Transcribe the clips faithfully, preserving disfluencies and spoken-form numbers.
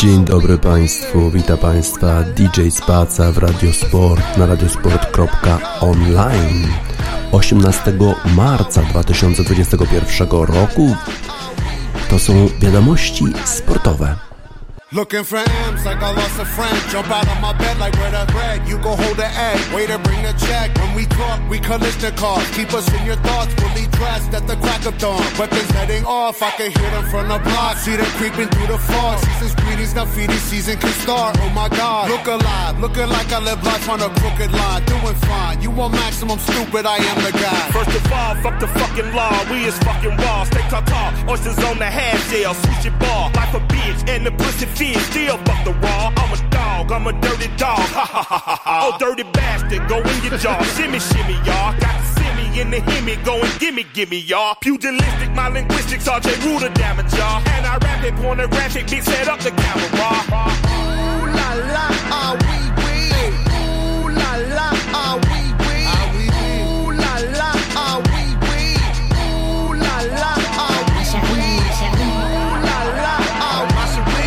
Dzień dobry Państwu, witam Państwa D J Spaca w Radiosport na radiosport kropka online. osiemnastego marca dwa tysiące dwudziestego pierwszego roku to są wiadomości sportowe. Looking for M's like I lost a friend. Jump out of my bed like where the bread. You go hold the egg, way to bring the check. When we talk, we collision cars. Keep us in your thoughts, fully dressed at the crack of dawn. Weapons heading off, I can hear them from the block. See them creeping through the fog. Season's greetings, now feeding season can start. Oh my God, look alive, looking like I live life on a crooked line. Doing fine, you want maximum stupid, I am the guy. First of all, fuck the fucking law. We is fucking raw. Stay tall, oysters on the half shell. Switch it ball, like a bitch and the pussy fit. Still fuck the raw. I'm a dog, I'm a dirty dog. Ha ha ha ha ha. Oh, dirty bastard, go in your jaw. Shimmy, shimmy, y'all. Got the simmy in the himmy. Go and gimme, gimme, y'all. Pugilistic, my linguistics, R J Ruder damage, y'all. And I rap it, pornographic, bitch, set up the camera. Ooh la la, ah we we. Ooh la la, ah we we. Ooh la la, ah we we. Ooh la la, ah we we. Ooh la la, ah we we.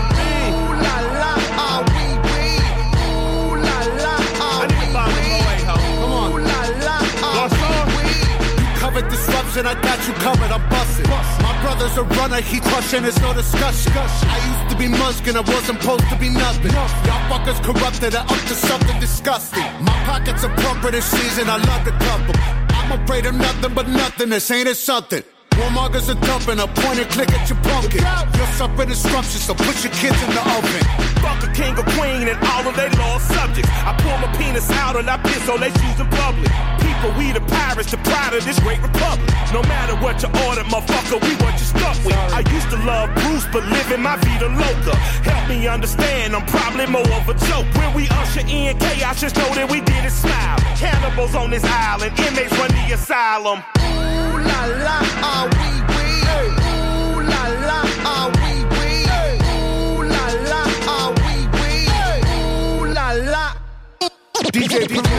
Disruption, I got you covered, I'm busting. My brother's a runner, he crushing, it's no discussion. I used to be Munchkin, I wasn't supposed to be nothing. Y'all fuckers corrupted and up to something disgusting. My pockets are plumper this season, I love to cup them. I'm afraid of nothing but nothingness, ain't it something? Warmongers are dumping, a point and click at your pumpkin. You're suffering disruption, so put your kids in the oven. Fuck a king or queen and all of their lost subjects. I pull my penis out and I piss on their shoes in public. People, we the pirates, the pride of this great republic. No matter what you order, motherfucker, we what you stuck with. I used to love Bruce, but living my vida loca. Help me understand, I'm probably more of a joke. When we usher in chaos, just know that we did it smile. Cannibals on this island, inmates run the asylum. Ooh la la, ah we we. Ooh la la, ah we we. Ooh la la, ah we we. Ooh la la. D J, D J. Ooh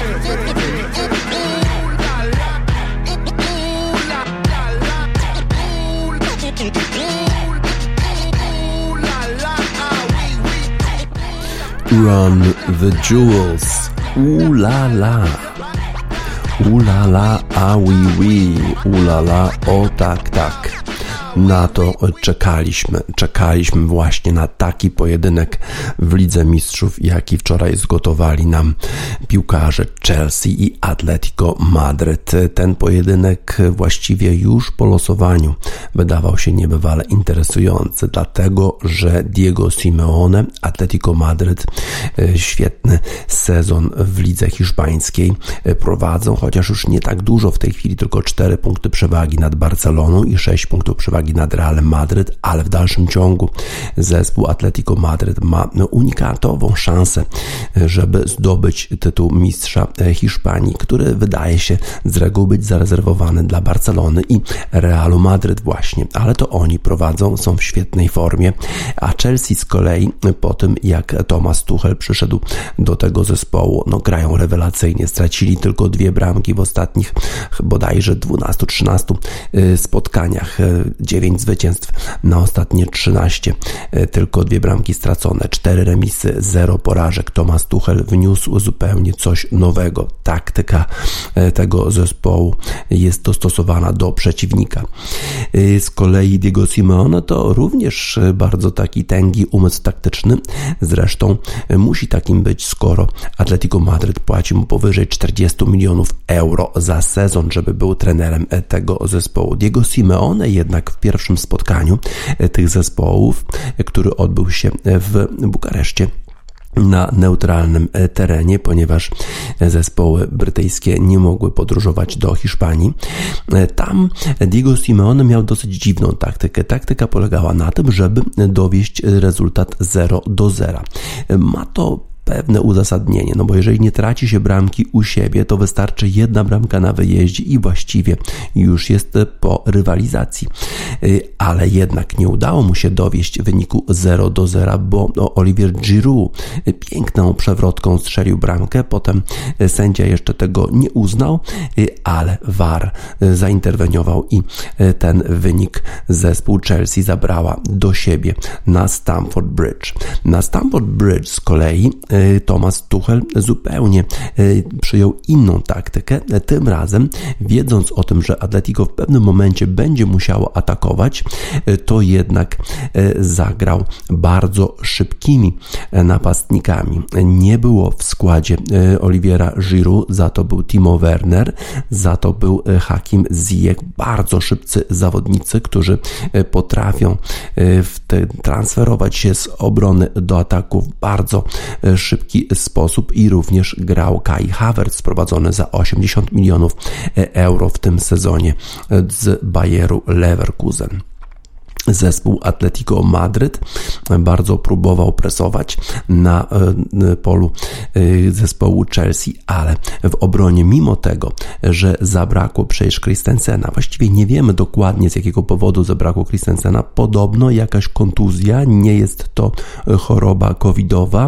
la la. Ooh la la. Ooh la la, ah we we. Run the Jewels. Ooh la la. Ula la, a oui oui, ula la, o tak tak. Na to czekaliśmy. Czekaliśmy właśnie na taki pojedynek w Lidze Mistrzów, jaki wczoraj zgotowali nam piłkarze Chelsea i Atletico Madryt. Ten pojedynek właściwie już po losowaniu wydawał się niebywale interesujący, dlatego że Diego Simeone, Atletico Madryt, świetny sezon w lidze hiszpańskiej prowadzą, chociaż już nie tak dużo w tej chwili, tylko cztery punkty przewagi nad Barceloną i sześć punktów przewagi nad Realem Madryt, ale w dalszym ciągu zespół Atletico Madryt ma unikatową szansę, żeby zdobyć tytuł mistrza Hiszpanii, który wydaje się z reguły być zarezerwowany dla Barcelony i Realu Madryt właśnie, ale to oni prowadzą, są w świetnej formie, a Chelsea z kolei po tym jak Thomas Tuchel przyszedł do tego zespołu, no grają rewelacyjnie, stracili tylko dwie bramki w ostatnich bodajże dwunastu trzynastu spotkaniach, dziewięć zwycięstw na ostatnie trzynaście, tylko dwie bramki stracone, cztery remisy, zero porażek. Thomas Tuchel wniósł zupełnie coś nowego. Taktyka tego zespołu jest dostosowana do przeciwnika. Z kolei Diego Simeone to również bardzo taki tęgi umysł taktyczny, zresztą musi takim być, skoro Atletico Madryt płaci mu powyżej czterdzieści milionów euro za sezon, żeby był trenerem tego zespołu. Diego Simeone jednak w pierwszym spotkaniu tych zespołów, który odbył się w Bukareszcie, na neutralnym terenie, ponieważ zespoły brytyjskie nie mogły podróżować do Hiszpanii. Tam Diego Simeone miał dosyć dziwną taktykę. Taktyka polegała na tym, żeby dowieść rezultat zero do zera. Ma to pewne uzasadnienie, no bo jeżeli nie traci się bramki u siebie, to wystarczy jedna bramka na wyjeździe i właściwie już jest po rywalizacji. ale jednak nie udało mu się dowieść wyniku zero do zera, bo Olivier Giroud piękną przewrotką strzelił bramkę, potem sędzia jeszcze tego nie uznał, ale V A R zainterweniował i ten wynik zespół Chelsea zabrała do siebie na Stamford Bridge. Na Stamford Bridge z kolei Thomas Tuchel zupełnie przyjął inną taktykę, tym razem wiedząc o tym, że Atletico w pewnym momencie będzie musiało atakować, to jednak zagrał bardzo szybkimi napastnikami. Nie było w składzie Oliviera Giroud, za to był Timo Werner, za to był Hakim Ziyech, bardzo szybcy zawodnicy, którzy potrafią w te, transferować się z obrony do ataku w bardzo szybki sposób i również grał Kai Havertz, sprowadzony za osiemdziesiąt milionów euro w tym sezonie z Bayeru Leverkusen. Zespół Atletico Madryt bardzo próbował presować na polu zespołu Chelsea, ale w obronie, mimo tego, że zabrakło przecież Christensena, właściwie nie wiemy dokładnie z jakiego powodu zabrakło Christensena, podobno jakaś kontuzja, nie jest to choroba covidowa,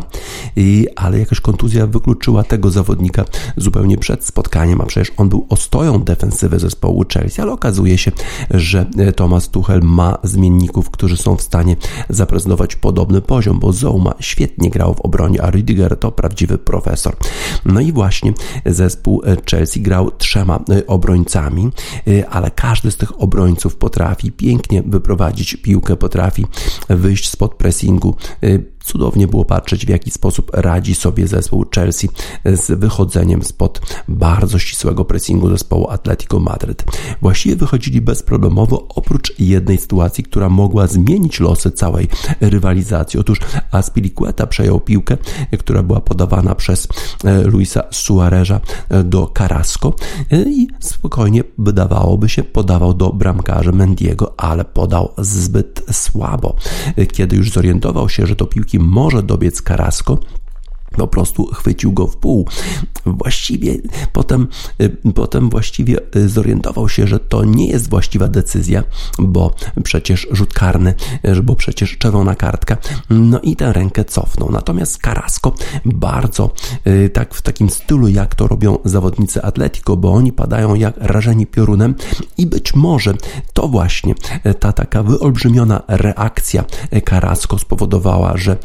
ale jakaś kontuzja wykluczyła tego zawodnika zupełnie przed spotkaniem, a przecież on był ostoją defensywy zespołu Chelsea, ale okazuje się, że Thomas Tuchel ma zmienić zmienników, którzy są w stanie zaprezentować podobny poziom, bo Zouma świetnie grał w obronie, a Rüdiger to prawdziwy profesor. No i właśnie zespół Chelsea grał trzema obrońcami, ale każdy z tych obrońców potrafi pięknie wyprowadzić piłkę, potrafi wyjść spod pressingu. Cudownie było patrzeć, w jaki sposób radzi sobie zespół Chelsea z wychodzeniem spod bardzo ścisłego pressingu zespołu Atletico Madryt. Właściwie wychodzili bezproblemowo, oprócz jednej sytuacji, która mogła zmienić losy całej rywalizacji. Otóż Azpilicueta przejął piłkę, która była podawana przez Luisa Suareza do Carrasco i spokojnie, wydawałoby się, podawał do bramkarza Mendiego, ale podał zbyt słabo. Kiedy już zorientował się, że to piłki może dobiec Carrasco, po prostu chwycił go w pół. Właściwie potem, potem właściwie zorientował się, że to nie jest właściwa decyzja, bo przecież rzut karny, bo przecież czerwona kartka, no i tę rękę cofnął. Natomiast Carrasco bardzo tak w takim stylu, jak to robią zawodnicy Atletico, bo oni padają jak rażeni piorunem i być może to właśnie ta taka wyolbrzymiona reakcja Carrasco spowodowała, że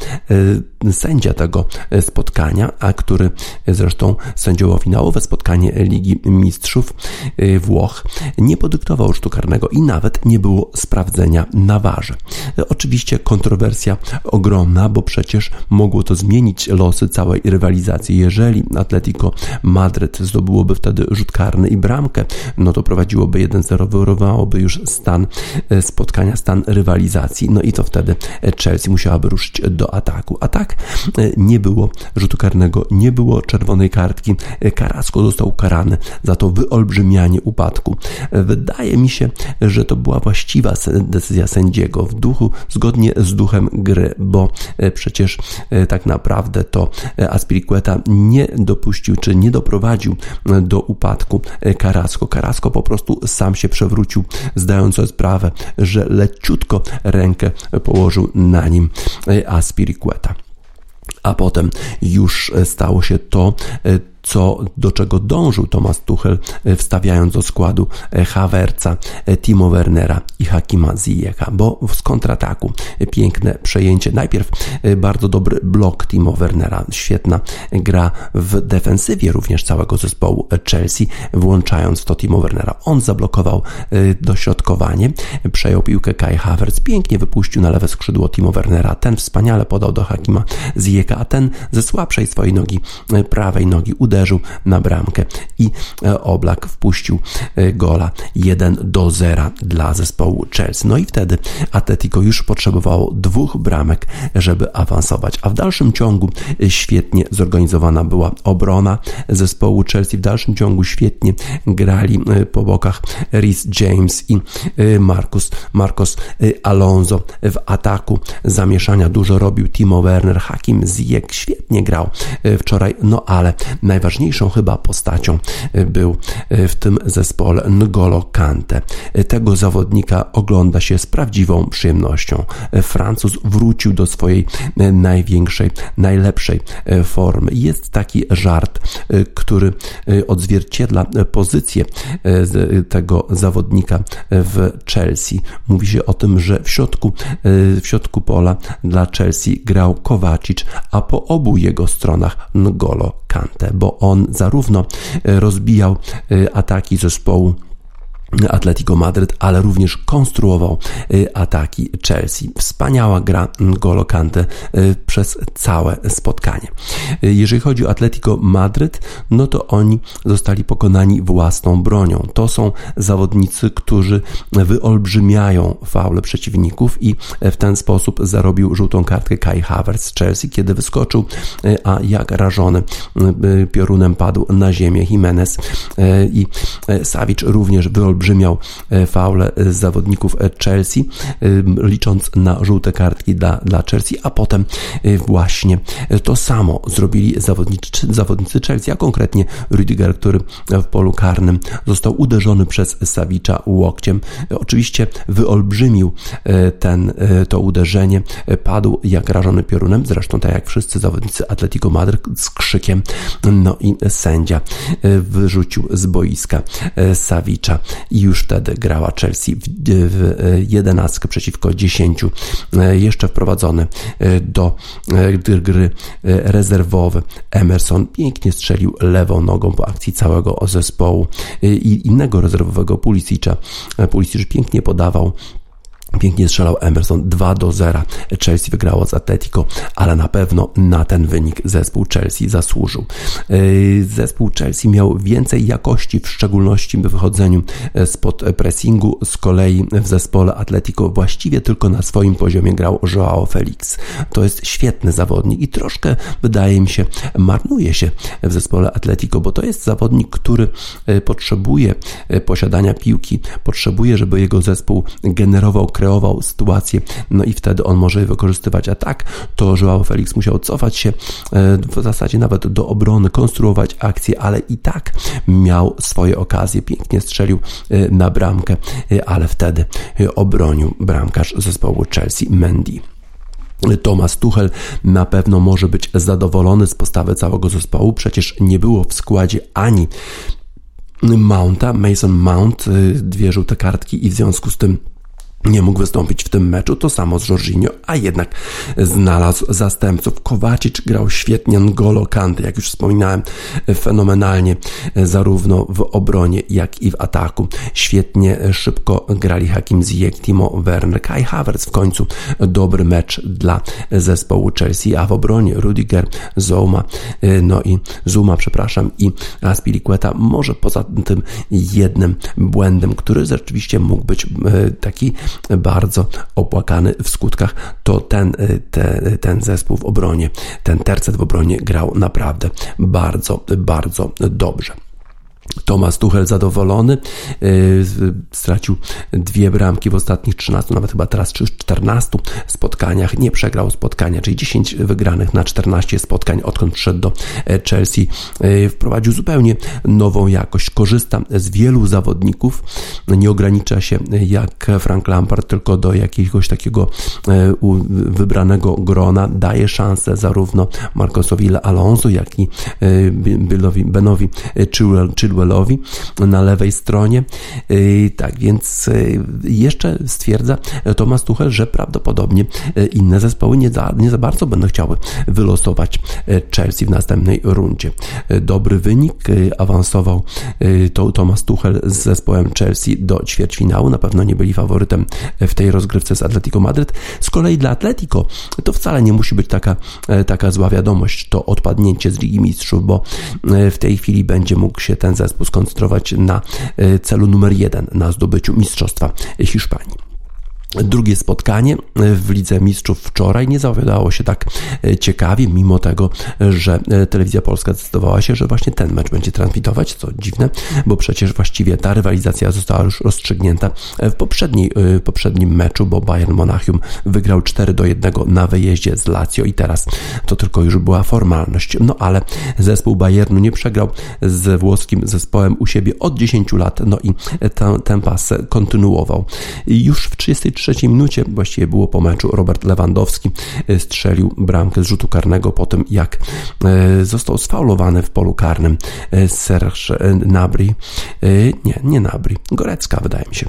sędzia tego spotkania, a który zresztą sędziował finałowe spotkanie Ligi Mistrzów Włoch, nie podyktował rzutu karnego i nawet nie było sprawdzenia na warze. Oczywiście kontrowersja ogromna, bo przecież mogło to zmienić losy całej rywalizacji. Jeżeli Atletico Madryt zdobyłoby wtedy rzut karny i bramkę, no to prowadziłoby jeden zero, wyrównałoby już stan spotkania, stan rywalizacji, no i to wtedy Chelsea musiałaby ruszyć do ataku. A tak nie było rzutu karnego, nie było czerwonej kartki. Carrasco został karany za to wyolbrzymianie upadku. Wydaje mi się, że to była właściwa decyzja sędziego w duchu, zgodnie z duchem gry, bo przecież tak naprawdę to Azpilicueta nie dopuścił, czy nie doprowadził do upadku Carrasco. Carrasco po prostu sam się przewrócił, zdając sobie sprawę, że leciutko rękę położył na nim Azpilicueta. A potem już stało się to, co, do czego dążył Thomas Tuchel, wstawiając do składu Havertza, Timo Wernera i Hakima Ziyecha, bo z kontrataku piękne przejęcie. Najpierw bardzo dobry blok Timo Wernera, świetna gra w defensywie również całego zespołu Chelsea, włączając to Timo Wernera. On zablokował dośrodkowanie, przejął piłkę Kai Havertz, pięknie wypuścił na lewe skrzydło Timo Wernera, ten wspaniale podał do Hakima Ziyecha, a ten ze słabszej swojej nogi, prawej nogi, uderzył na bramkę i Oblak wpuścił gola jeden do zera dla zespołu Chelsea. No i wtedy Atletico już potrzebowało dwóch bramek, żeby awansować, a w dalszym ciągu świetnie zorganizowana była obrona zespołu Chelsea, w dalszym ciągu świetnie grali po bokach Reece James i Marcus, Marcos Alonso. W ataku zamieszania dużo robił Timo Werner, Hakim Ziyech świetnie grał wczoraj, no ale najważniejsze najważniejszą chyba postacią był w tym zespole N'Golo Kante. Tego zawodnika ogląda się z prawdziwą przyjemnością. Francuz wrócił do swojej największej, najlepszej formy. Jest taki żart, który odzwierciedla pozycję tego zawodnika w Chelsea. Mówi się o tym, że w środku, w środku pola dla Chelsea grał Kovacic, a po obu jego stronach N'Golo Kante, bo on zarówno rozbijał ataki zespołu Atletico Madryt, ale również konstruował ataki Chelsea. Wspaniała gra N'Golo Kante przez całe spotkanie. Jeżeli chodzi o Atletico Madryt, no to oni zostali pokonani własną bronią. To są zawodnicy, którzy wyolbrzymiają faule przeciwników i w ten sposób zarobił żółtą kartkę Kai Havertz z Chelsea, kiedy wyskoczył, a jak rażony piorunem padł na ziemię Jimenez i Savic również wyolbrzymiał olbrzymiał faule zawodników Chelsea, licząc na żółte kartki dla, dla Chelsea, a potem właśnie to samo zrobili zawodnicy, zawodnicy Chelsea, a konkretnie Rüdiger, który w polu karnym został uderzony przez Savicza łokciem. Oczywiście wyolbrzymił ten, to uderzenie, padł jak rażony piorunem, zresztą tak jak wszyscy zawodnicy Atletico Madryt z krzykiem, no i sędzia wyrzucił z boiska Savicza. I już wtedy grała Chelsea w, w jedenastkę przeciwko dziesięciu. Jeszcze wprowadzony do gry rezerwowy Emerson pięknie strzelił lewą nogą po akcji całego zespołu i innego rezerwowego Pulisicza. Pulisic pięknie podawał, pięknie strzelał Emerson. Dwa do zera Chelsea wygrało z Atletico, ale na pewno na ten wynik zespół Chelsea zasłużył. Zespół Chelsea miał więcej jakości, w szczególności w wychodzeniu spod pressingu. Z kolei w zespole Atletico właściwie tylko na swoim poziomie grał João Felix. To jest świetny zawodnik i troszkę, wydaje mi się, marnuje się w zespole Atletico, bo to jest zawodnik, który potrzebuje posiadania piłki, potrzebuje, żeby jego zespół generował, kreował sytuację, no i wtedy on może je wykorzystywać, a tak to João Felix musiał cofać się w zasadzie nawet do obrony, konstruować akcję, ale i tak miał swoje okazje, pięknie strzelił na bramkę, ale wtedy obronił bramkarz zespołu Chelsea Mendy. Thomas Tuchel na pewno może być zadowolony z postawy całego zespołu, przecież nie było w składzie ani Mounta, Mason Mount, dwie żółte kartki i w związku z tym nie mógł wystąpić w tym meczu, to samo z Jorginho, a jednak znalazł zastępców. Kovacic grał świetnie, N'Golo Kante, jak już wspominałem, fenomenalnie zarówno w obronie, jak i w ataku. Świetnie, szybko grali Hakim Ziyech, Timo Werner, Kai Havertz w końcu dobry mecz dla zespołu Chelsea, a w obronie Rüdiger, Zouma, no i Zuma, przepraszam, i Azpilicueta. Może poza tym jednym błędem, który rzeczywiście mógł być taki bardzo opłakany w skutkach, to ten, te, ten zespół w obronie, ten tercet w obronie grał naprawdę bardzo, bardzo dobrze. Thomas Tuchel zadowolony, yy, stracił dwie bramki w ostatnich trzynastu, nawet chyba teraz czternastu spotkaniach, nie przegrał spotkania, czyli dziesięć wygranych na czternaście spotkań, odkąd przyszedł do Chelsea. Yy, wprowadził zupełnie nową jakość, korzysta z wielu zawodników, nie ogranicza się jak Frank Lampard tylko do jakiegoś takiego yy, wybranego grona, daje szansę zarówno Marcosowi Alonso, jak i yy, Billowi, Benowi Chilwell, Chilwell na lewej stronie. Tak więc jeszcze stwierdza Thomas Tuchel, że prawdopodobnie inne zespoły nie za, nie za bardzo będą chciały wylosować Chelsea w następnej rundzie. Dobry wynik, awansował to Thomas Tuchel z zespołem Chelsea do ćwierćfinału. Na pewno nie byli faworytem w tej rozgrywce z Atletico Madryt. Z kolei dla Atletico to wcale nie musi być taka, taka zła wiadomość, to odpadnięcie z Ligi Mistrzów, bo w tej chwili będzie mógł się ten zespół skoncentrować na celu numer jeden, na zdobyciu Mistrzostwa Hiszpanii. Drugie spotkanie w Lidze Mistrzów wczoraj nie zapowiadało się tak ciekawie, mimo tego, że Telewizja Polska zdecydowała się, że właśnie ten mecz będzie transmitować, co dziwne, bo przecież właściwie ta rywalizacja została już rozstrzygnięta w poprzedniej, poprzednim meczu, bo Bayern Monachium wygrał cztery do jednego na wyjeździe z Lazio i teraz to tylko już była formalność. No ale zespół Bayernu nie przegrał z włoskim zespołem u siebie od dziesięciu lat, no i ten, ten pas kontynuował. Już w trzydziestej trzeciej minucie, właściwie było po meczu, Robert Lewandowski strzelił bramkę z rzutu karnego po tym, jak został sfaulowany w polu karnym Serge Gnabry, nie, nie Gnabry, Gorecka wydaje mi się.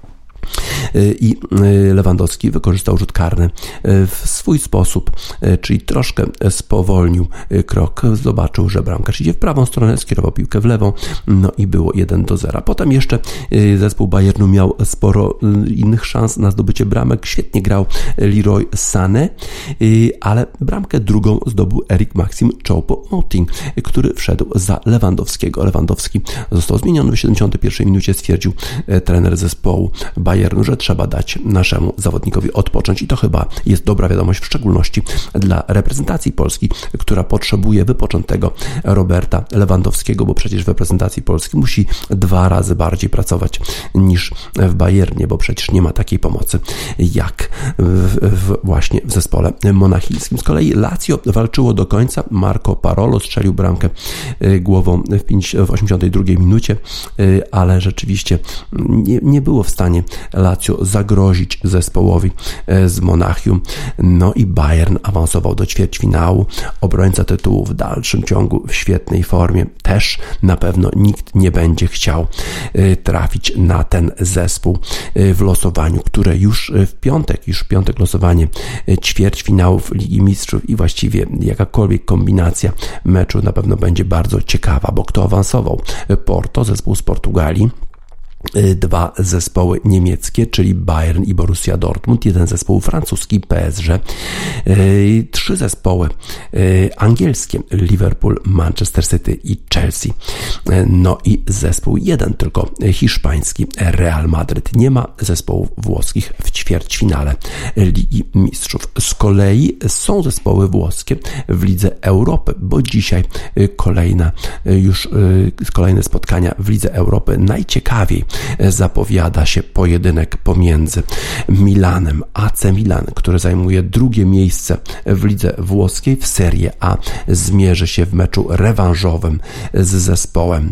I Lewandowski wykorzystał rzut karny w swój sposób, czyli troszkę spowolnił krok, zobaczył, że bramkarz idzie w prawą stronę, skierował piłkę w lewą, no i było jeden do zera. Potem jeszcze zespół Bayernu miał sporo innych szans na zdobycie bramek, świetnie grał Leroy Sané, ale bramkę drugą zdobył Eric Maxim Choupo-Moting, który wszedł za Lewandowskiego. Lewandowski został zmieniony w siedemdziesiątej pierwszej minucie, stwierdził trener zespołu Bayernu, że trzeba dać naszemu zawodnikowi odpocząć i to chyba jest dobra wiadomość, w szczególności dla reprezentacji Polski, która potrzebuje wypoczętego Roberta Lewandowskiego, bo przecież w reprezentacji Polski musi dwa razy bardziej pracować niż w Bayernie, bo przecież nie ma takiej pomocy jak w, w, właśnie w zespole monachijskim. Z kolei Lazio walczyło do końca, Marco Parolo strzelił bramkę głową w osiemdziesiątej drugiej minucie, ale rzeczywiście nie, nie było w stanie Lazio zagrozić zespołowi z Monachium. No i Bayern awansował do ćwierćfinału. Obrońca tytułu w dalszym ciągu w świetnej formie. Też na pewno nikt nie będzie chciał trafić na ten zespół w losowaniu, które już w piątek, już w piątek losowanie ćwierćfinałów Ligi Mistrzów i właściwie jakakolwiek kombinacja meczu na pewno będzie bardzo ciekawa, bo kto awansował? Porto, zespół z Portugalii, dwa zespoły niemieckie, czyli Bayern i Borussia Dortmund, jeden zespół francuski, P S G, trzy zespoły angielskie, Liverpool, Manchester City i Chelsea, no i zespół jeden tylko hiszpański, Real Madryt. Nie ma zespołów włoskich w ćwierćfinale Ligi Mistrzów. Z kolei są zespoły włoskie w Lidze Europy, bo dzisiaj kolejna już kolejne spotkania w Lidze Europy. Najciekawiej zapowiada się pojedynek pomiędzy Milanem, A C Milan, który zajmuje drugie miejsce w lidze włoskiej w Serie A, zmierzy się w meczu rewanżowym z zespołem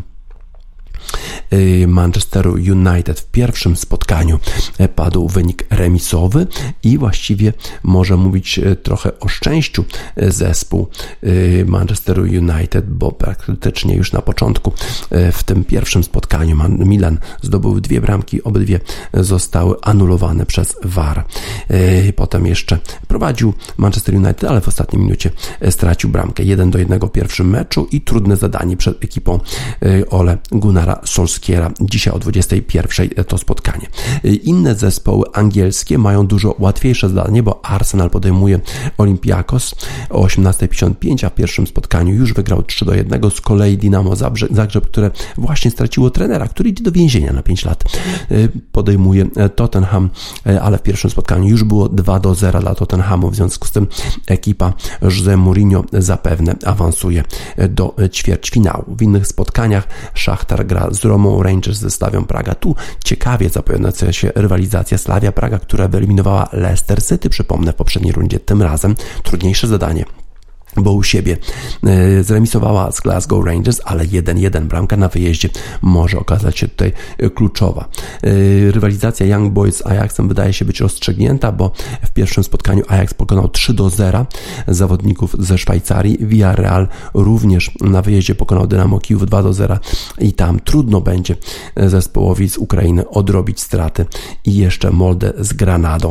Manchesteru United. W pierwszym spotkaniu padł wynik remisowy i właściwie może mówić trochę o szczęściu zespół Manchesteru United, bo praktycznie już na początku w tym pierwszym spotkaniu Milan zdobył dwie bramki, obydwie zostały anulowane przez V A R. Potem jeszcze prowadził Manchester United, ale w ostatniej minucie stracił bramkę. jeden do jednego w pierwszym meczu i trudne zadanie przed ekipą Ole Gunnara Solskiera. Dzisiaj o dwudziestej pierwszej to spotkanie. Inne zespoły angielskie mają dużo łatwiejsze zadanie, bo Arsenal podejmuje Olympiakos o osiemnastej pięćdziesiąt pięć, a w pierwszym spotkaniu już wygrał trzy do jednego. Z kolei Dinamo Zagrzeb, które właśnie straciło trenera, który idzie do więzienia na pięć lat, podejmuje Tottenham, ale w pierwszym spotkaniu już było dwa do zera dla Tottenhamu. W związku z tym ekipa Jose Mourinho zapewne awansuje do ćwierćfinału. W innych spotkaniach Szachtar gra z Romą, Rangers ze Slawią Praga. Tu ciekawie zapowiadająca się rywalizacja. Slavia Praga, która wyeliminowała Leicester City, przypomnę, w poprzedniej rundzie. Tym razem trudniejsze zadanie, bo u siebie zremisowała z Glasgow Rangers, ale jeden jeden. Bramka na wyjeździe może okazać się tutaj kluczowa. Rywalizacja Young Boys z Ajaxem wydaje się być rozstrzygnięta, bo w pierwszym spotkaniu Ajax pokonał trzy do zera zawodników ze Szwajcarii. Villarreal również na wyjeździe pokonał Dynamo Kijów dwa do zera i tam trudno będzie zespołowi z Ukrainy odrobić straty. I jeszcze Molde z Granadą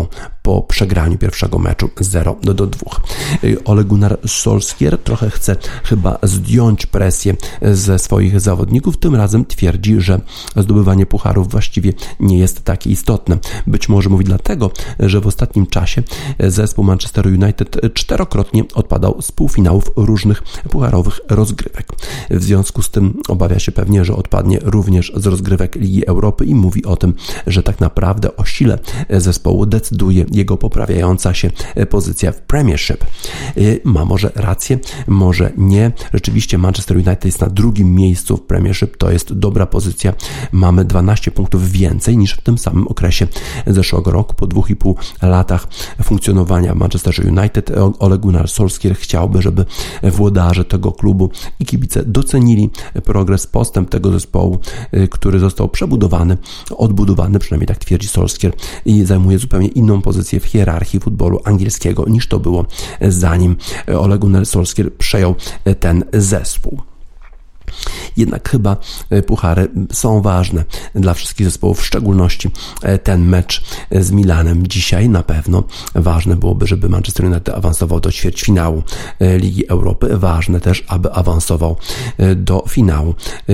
po przegraniu pierwszego meczu zero do dwóch. Ole Gunnar Solskjaer trochę chce chyba zdjąć presję ze swoich zawodników. Tym razem twierdzi, że zdobywanie pucharów właściwie nie jest takie istotne. Być może mówi dlatego, że w ostatnim czasie zespół Manchester United czterokrotnie odpadał z półfinałów różnych pucharowych rozgrywek. W związku z tym obawia się pewnie, że odpadnie również z rozgrywek Ligi Europy i mówi o tym, że tak naprawdę o sile zespołu decyduje jego poprawiająca się pozycja w Premiership. Ma może rację, może nie. Rzeczywiście Manchester United jest na drugim miejscu w Premiership, to jest dobra pozycja. Mamy dwanaście punktów więcej niż w tym samym okresie zeszłego roku. Po dwóch i pół latach funkcjonowania Manchester United Ole Gunnar Solskjaer chciałby, żeby włodarze tego klubu i kibice docenili progres, postęp tego zespołu, który został przebudowany, odbudowany, przynajmniej tak twierdzi Solskjaer, i zajmuje zupełnie inną pozycję w hierarchii futbolu angielskiego niż to było zanim Ole Gunnar Solskjaer przejął ten zespół. Jednak chyba puchary są ważne dla wszystkich zespołów, w szczególności ten mecz z Milanem dzisiaj. Na pewno ważne byłoby, żeby Manchester United awansował do ćwierćfinału Ligi Europy. Ważne też, aby awansował do finału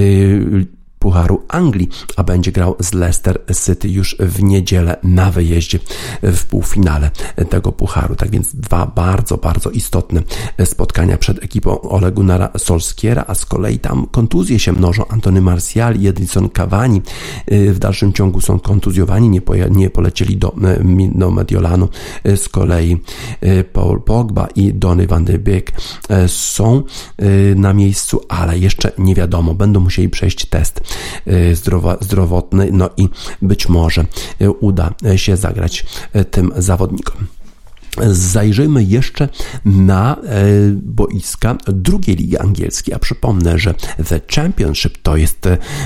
Pucharu Anglii, a będzie grał z Leicester City już w niedzielę na wyjeździe w półfinale tego pucharu. Tak więc dwa bardzo, bardzo istotne spotkania przed ekipą Ole Gunnara Solskjaera, a z kolei tam kontuzje się mnożą. Antony Martial i Edinson Cavani w dalszym ciągu są kontuzjowani, nie, poja- nie polecieli do, do Mediolanu. Z kolei Paul Pogba i Donny van de Beek są na miejscu, ale jeszcze nie wiadomo, będą musieli przejść test Zdrowa, zdrowotny, no i być może uda się zagrać tym zawodnikom. Zajrzyjmy jeszcze na boiska drugiej ligi angielskiej, a przypomnę, że The Championship to jest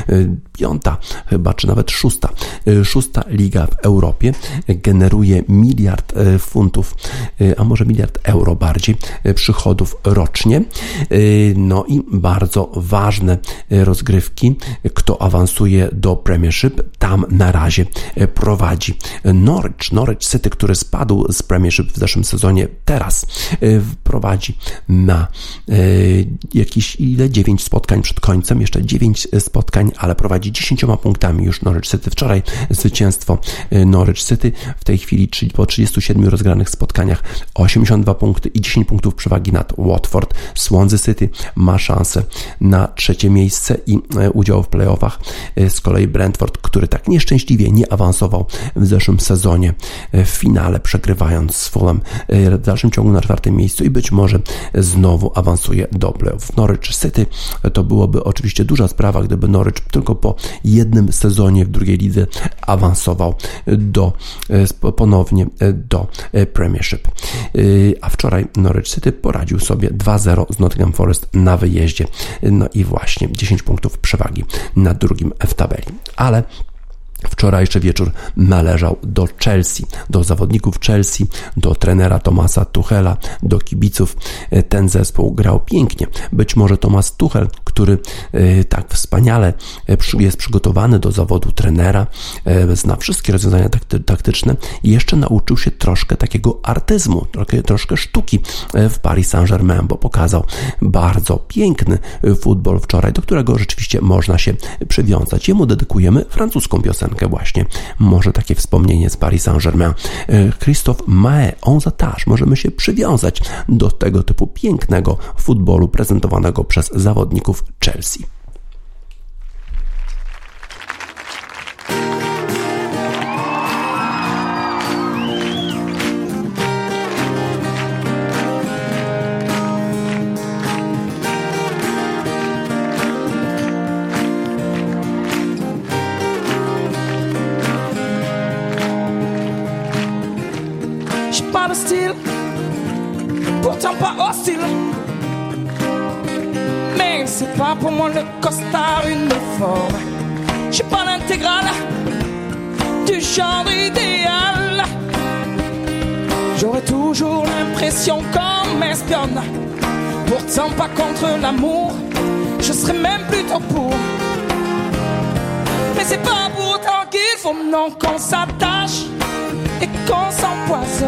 piąta chyba, czy nawet szósta, szósta liga w Europie, generuje miliard funtów, a może miliard euro bardziej, przychodów rocznie. No i bardzo ważne rozgrywki. Kto awansuje do Premiership, tam na razie prowadzi Norwich. Norwich City, który spadł z Premiership w zeszłym sezonie, teraz prowadzi na jakieś ile? dziewięć spotkań przed końcem, jeszcze dziewięć spotkań, ale prowadzi dziesięcioma punktami już Norwich City. Wczoraj zwycięstwo Norwich City, w tej chwili po trzydziestu siedmiu rozgranych spotkaniach osiemdziesiąt dwa punkty i dziesięć punktów przewagi nad Watford. Swansea City ma szansę na trzecie miejsce i udział w playoffach. Z kolei Brentford, który tak nieszczęśliwie nie awansował w zeszłym sezonie w finale, przegrywając z Fulham, w dalszym ciągu na czwartym miejscu i być może znowu awansuje do playoff. Norwich City to byłoby oczywiście duża sprawa, gdyby Norwich tylko po jednym sezonie w drugiej lidze awansował do, ponownie do Premiership. A wczoraj Norwich City poradził sobie dwa zero z Nottingham Forest na wyjeździe. No i właśnie dziesięć punktów przewagi na drugim w tabeli. Ale wczorajszy wieczór należał do Chelsea, do zawodników Chelsea, do trenera Thomasa Tuchela, do kibiców. Ten zespół grał pięknie. Być może Thomas Tuchel, który tak wspaniale jest przygotowany do zawodu trenera, zna wszystkie rozwiązania taktyczne i jeszcze nauczył się troszkę takiego artyzmu, troszkę, troszkę sztuki w Paris Saint-Germain, bo pokazał bardzo piękny futbol wczoraj, do którego rzeczywiście można się przywiązać. Jemu dedykujemy francuską piosenkę właśnie. Może takie wspomnienie z Paris Saint-Germain. Christophe Mahé, on zatage. Możemy się przywiązać do tego typu pięknego futbolu prezentowanego przez zawodników Chelsea. Pas de style, pourtant pas hostile. Mais c'est pas pour moi le costard uniforme. J'suis pas l'intégrale du genre idéal. J'aurais toujours l'impression qu'on m'espionne. Pourtant pas contre l'amour, je serais même plutôt pour. Mais c'est pas pour autant qu'il faut non qu'on s'attache et qu'on s'empoisonne.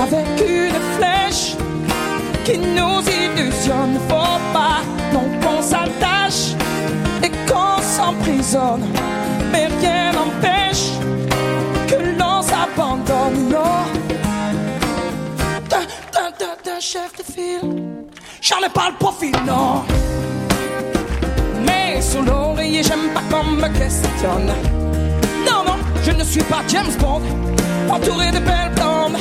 avec une flèche qui nous illusionne. Faut pas non qu'on s'attache et qu'on s'emprisonne, mais rien n'empêche que l'on s'abandonne. Non, d'un, d'un, d'un, d'un chef de file, j'en ai pas le profil, non. Mais sur l'oreiller, j'aime pas qu'on me questionne. Non, non, je ne suis pas James Bond, entouré de belles blondes.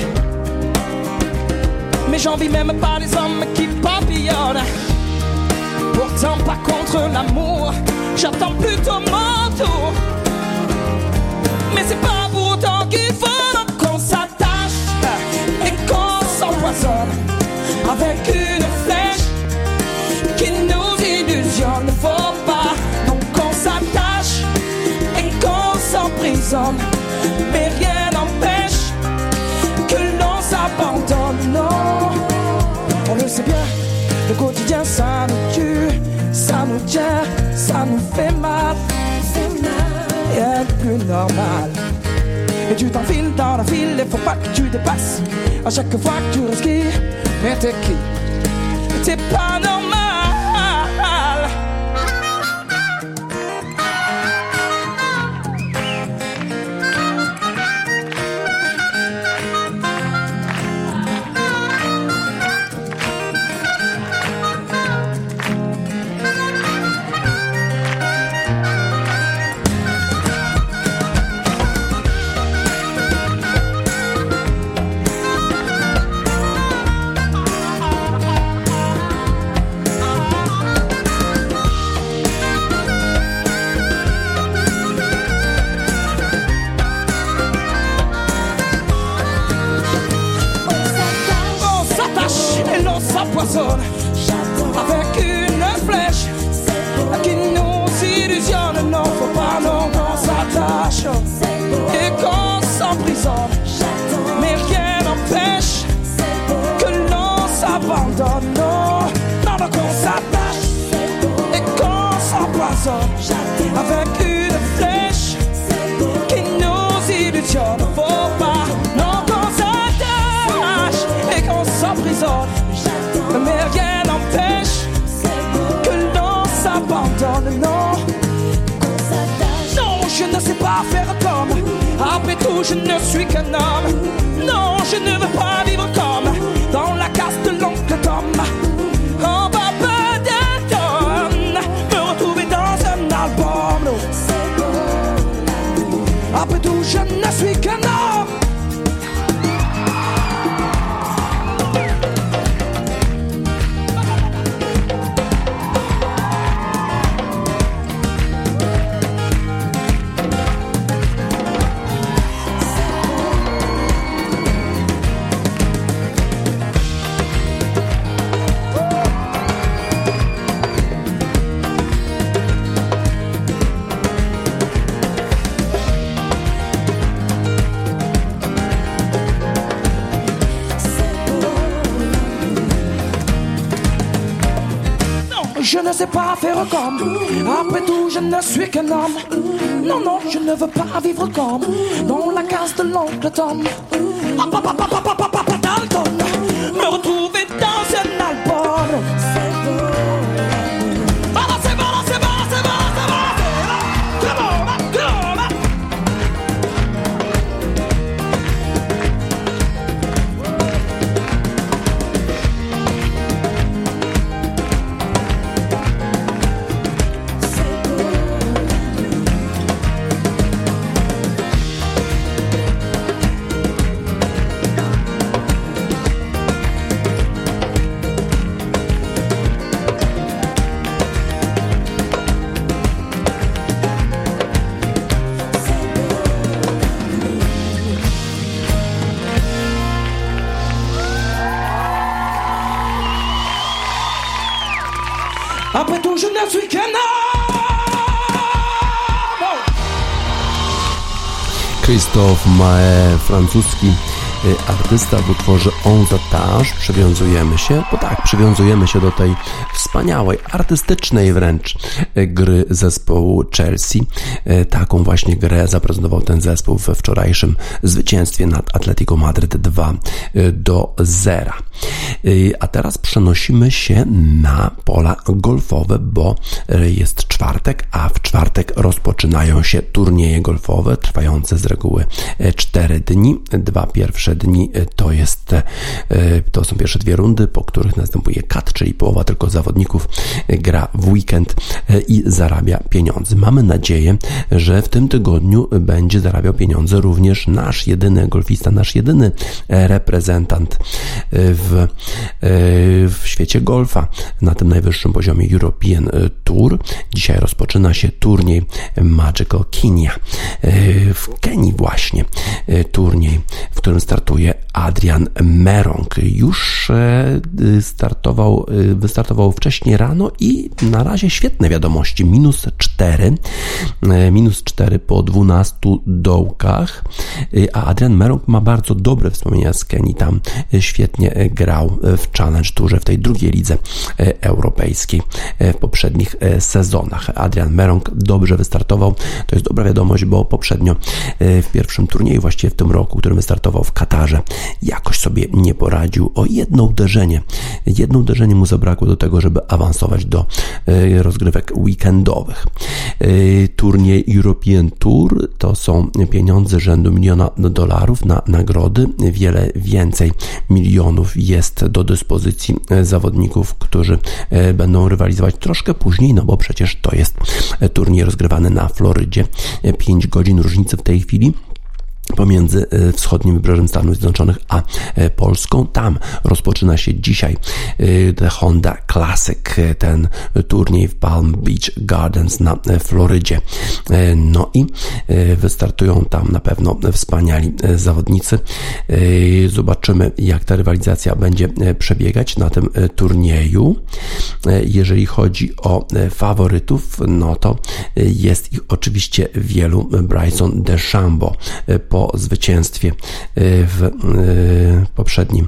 Mais j'envie même pas les hommes qui papillonnent. Pourtant pas contre l'amour, j'attends plutôt mon tour. Mais c'est pas pour autant qu'il faut qu'on s'attache et qu'on s'empoisonne avec une flèche qui nous illusionne. Faut pas donc qu'on s'attache et qu'on s'emprisonne, mais rien n'empêche que l'on s'abandonne. Non, on le sait bien, le quotidien ça nous tue, ça nous tient, ça nous fait mal. Rien de plus normal. Et tu t'enfiles dans la file, il faut pas que tu dépasses à chaque fois que tu respires. Mais t'es qui? T'es pas normal. Avec une flèche qui nous illusionne. Non, faut pas non qu'on s'attache et qu'on s'emprisonne, mais rien n'empêche que l'on s'abandonne. Non, non, non, qu'on s'attache et qu'on s'empoisonne avec une flèche qui nous illusionne. Faut pas non qu'on s'attache et qu'on s'emprisonne, mais rien n'empêche que l'on s'abandonne. Non, non, je ne sais pas faire comme. Après tout, je ne suis qu'un homme. Non, je ne veux pas vivre comme dans la casse de l'oncle Tom. En papa d'Elton, me retrouver dans un album. Non. Après tout, je ne suis qu'un homme. Je ne sais pas faire comme. Après tout, je ne suis qu'un homme. Non, non, je ne veux pas vivre comme dans la case de l'oncle Tom. Ah, papa, papa, papa, papa, Dalton, me retrouver dans un album. C'est beau. Ah, c'est bon, c'est bon, c'est bon, c'est bon, c'est bon, c'est bon. Après tout, je ne suis qu'un homme. Christophe Maé, francuski artysta w utworze On the Touch. Przywiązujemy się, bo tak, przywiązujemy się do tej wspaniałej, artystycznej wręcz gry zespołu Chelsea. Taką właśnie grę zaprezentował ten zespół we wczorajszym zwycięstwie nad Atletico Madryt dwa do zera. A teraz przenosimy się na pola golfowe, bo jest czwartek, a w czwartek rozpoczynają się turnieje golfowe trwające z reguły cztery dni. Dwa pierwsze dni to jest to są pierwsze dwie rundy, po których następuje cut, czyli połowa tylko zawodników gra w weekend i zarabia pieniądze. Mamy nadzieję, że w tym tygodniu będzie zarabiał pieniądze również nasz jedyny golfista, nasz jedyny reprezentant w, w świecie golfa na tym najwyższym poziomie European Tour. Dzisiaj rozpoczyna się turniej Magical Kenya w Kenii właśnie. Turniej, w którym startuje Adrian Merong. Już startował, wystartował wcześniej rano i na razie świetne wiadomości. Minus cztery. Minus cztery po dwunastu dołkach. A Adrian Merong ma bardzo dobre wspomnienia z Kenii. Tam świetnie grał w Challenge Tourze, w tej drugiej lidze europejskiej w poprzednich sezonach. Adrian Merong dobrze wystartował. To jest dobra wiadomość, bo poprzednio w pierwszym turnieju, właściwie w tym roku, którym wystartował w Katarze, jakoś sobie nie poradził. O jedno uderzenie. Jedno uderzenie mu zabrakło do tego, żeby awansować do rozgrywek weekendowych. Turniej European Tour to są pieniądze rzędu miliona dolarów na nagrody. Wiele więcej milionów jest do dyspozycji zawodników, którzy będą rywalizować troszkę później, no bo przecież to jest turniej rozgrywany na Florydzie. pięć godzin różnicy w tej chwili pomiędzy wschodnim wybrzeżem Stanów Zjednoczonych a Polską. Tam rozpoczyna się dzisiaj The Honda Classic, ten turniej w Palm Beach Gardens na Florydzie. No i wystartują tam na pewno wspaniali zawodnicy. Zobaczymy, jak ta rywalizacja będzie przebiegać na tym turnieju. Jeżeli chodzi o faworytów, no to jest ich oczywiście wielu. Bryson DeChambeau po po zwycięstwie w poprzednim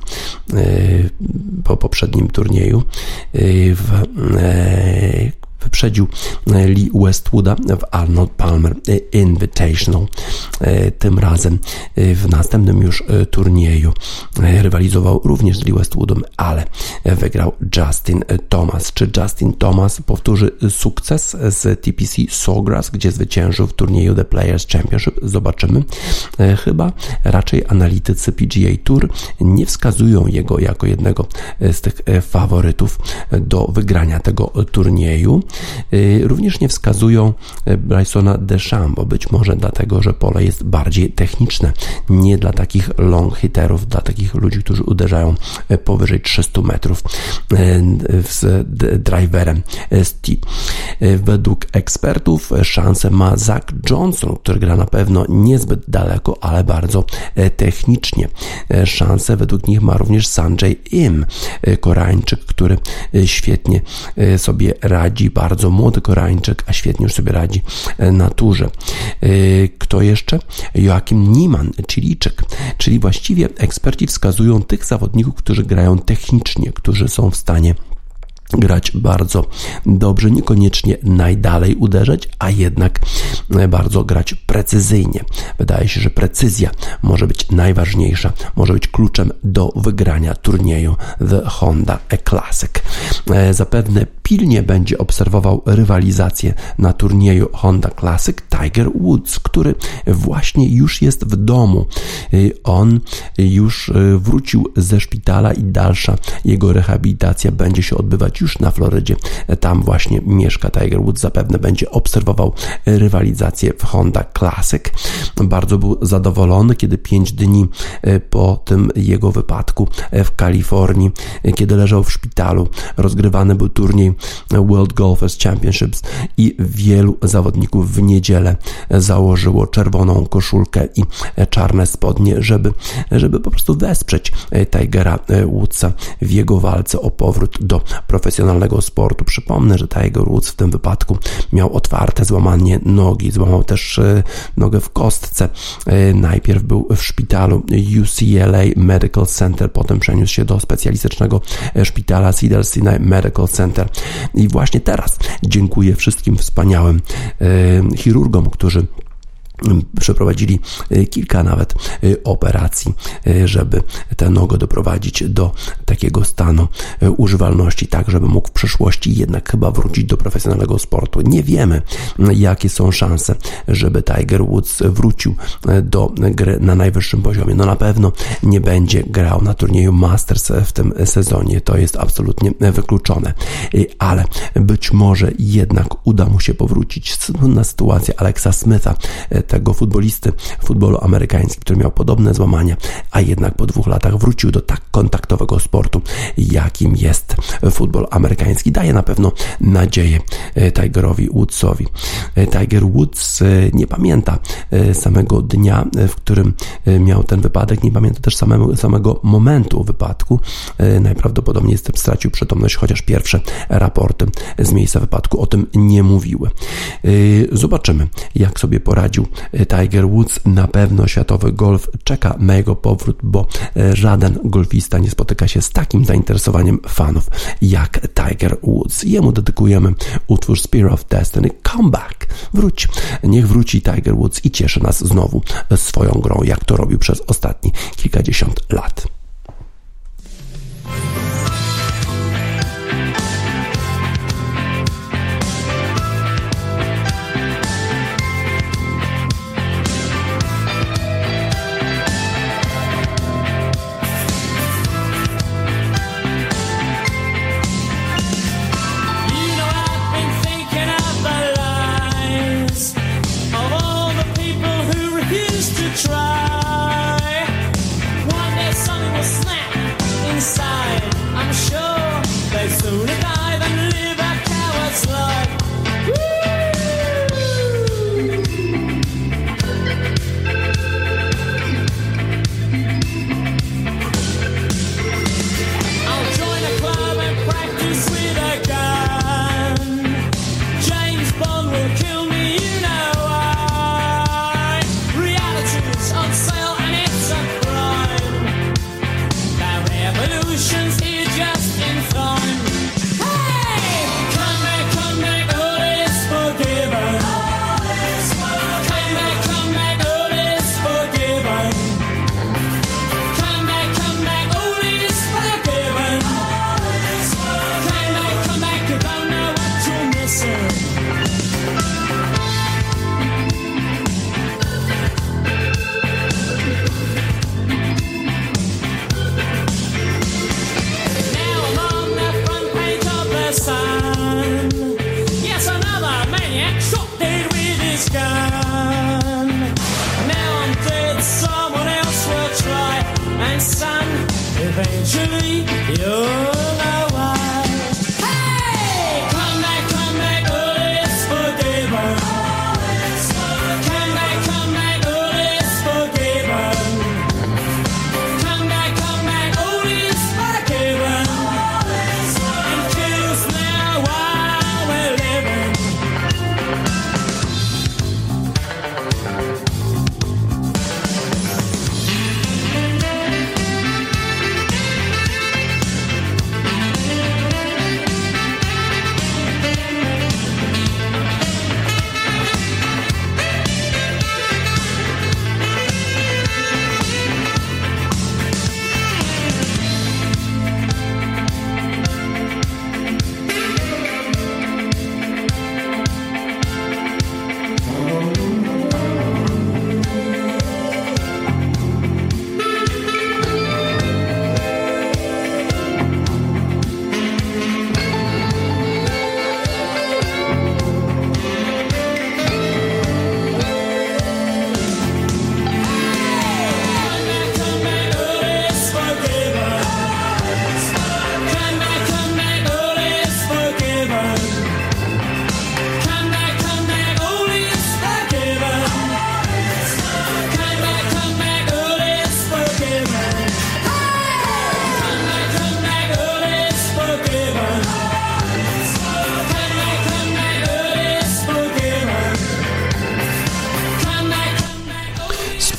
po poprzednim turnieju w wyprzedził Lee Westwooda w Arnold Palmer Invitational. Tym razem w następnym już turnieju rywalizował również z Lee Westwoodem, ale wygrał Justin Thomas. Czy Justin Thomas powtórzy sukces z T P C Sawgrass, gdzie zwyciężył w turnieju The Players Championship? Zobaczymy. Chyba raczej analitycy P G A Tour nie wskazują jego jako jednego z tych faworytów do wygrania tego turnieju. Również nie wskazują Brysona DeChambeau, być może dlatego, że pole jest bardziej techniczne, nie dla takich long hitterów, dla takich ludzi, którzy uderzają powyżej trzystu metrów z driverem z tee. Według ekspertów szansę ma Zach Johnson, który gra na pewno niezbyt daleko, ale bardzo technicznie. Szansę według nich ma również Sanjay Im, Koreańczyk, który świetnie sobie radzi, bardzo młody Koreańczyk, a świetnie już sobie radzi na turze. Kto jeszcze? Joachim Niemann, Chilijczyk, czyli właściwie eksperci wskazują tych zawodników, którzy grają technicznie, którzy są w stanie grać bardzo dobrze, niekoniecznie najdalej uderzać, a jednak bardzo grać precyzyjnie. Wydaje się, że precyzja może być najważniejsza, może być kluczem do wygrania turnieju The Honda Classic. Zapewne pilnie będzie obserwował rywalizację na turnieju Honda Classic Tiger Woods, który właśnie już jest w domu. On już wrócił ze szpitala i dalsza jego rehabilitacja będzie się odbywać już na Florydzie. Tam właśnie mieszka Tiger Woods. Zapewne będzie obserwował rywalizację w Honda Classic. Bardzo był zadowolony, kiedy pięć dni po tym jego wypadku w Kalifornii, kiedy leżał w szpitalu, rozgrywany był turniej World Golfers Championships i wielu zawodników w niedzielę założyło czerwoną koszulkę i czarne spodnie, żeby, żeby po prostu wesprzeć Tigera Woodsa w jego walce o powrót do profesjonalnego sportu. Przypomnę, że Tiger Woods w tym wypadku miał otwarte złamanie nogi, złamał też nogę w kostce. Najpierw był w szpitalu U C L A Medical Center, potem przeniósł się do specjalistycznego szpitala Cedar Sinai Medical Center. I właśnie teraz dziękuję wszystkim wspaniałym e, chirurgom, którzy przeprowadzili kilka nawet operacji, żeby tę nogę doprowadzić do takiego stanu używalności, tak żeby mógł w przyszłości jednak chyba wrócić do profesjonalnego sportu. Nie wiemy, jakie są szanse, żeby Tiger Woods wrócił do gry na najwyższym poziomie. No na pewno nie będzie grał na turnieju Masters w tym sezonie, to jest absolutnie wykluczone, ale być może jednak uda mu się powrócić. Słynna sytuacja Alexa Smitha, tego futbolisty futbolu amerykańskiego, który miał podobne złamania, a jednak po dwóch latach wrócił do tak kontaktowego sportu, jakim jest futbol amerykański. Daje na pewno nadzieję Tigerowi Woodsowi. Tiger Woods nie pamięta samego dnia, w którym miał ten wypadek, nie pamięta też samego, samego momentu wypadku. Najprawdopodobniej stracił przytomność, chociaż pierwsze raporty z miejsca wypadku o tym nie mówiły. Zobaczymy, jak sobie poradził Tiger Woods. Na pewno światowy golf czeka na jego powrót, bo żaden golfista nie spotyka się z takim zainteresowaniem fanów jak Tiger Woods. Jemu dedykujemy utwór Spear of Destiny. Come back. Wróć. Niech wróci Tiger Woods i cieszy nas znowu swoją grą, jak to robił przez ostatnie kilkadziesiąt lat.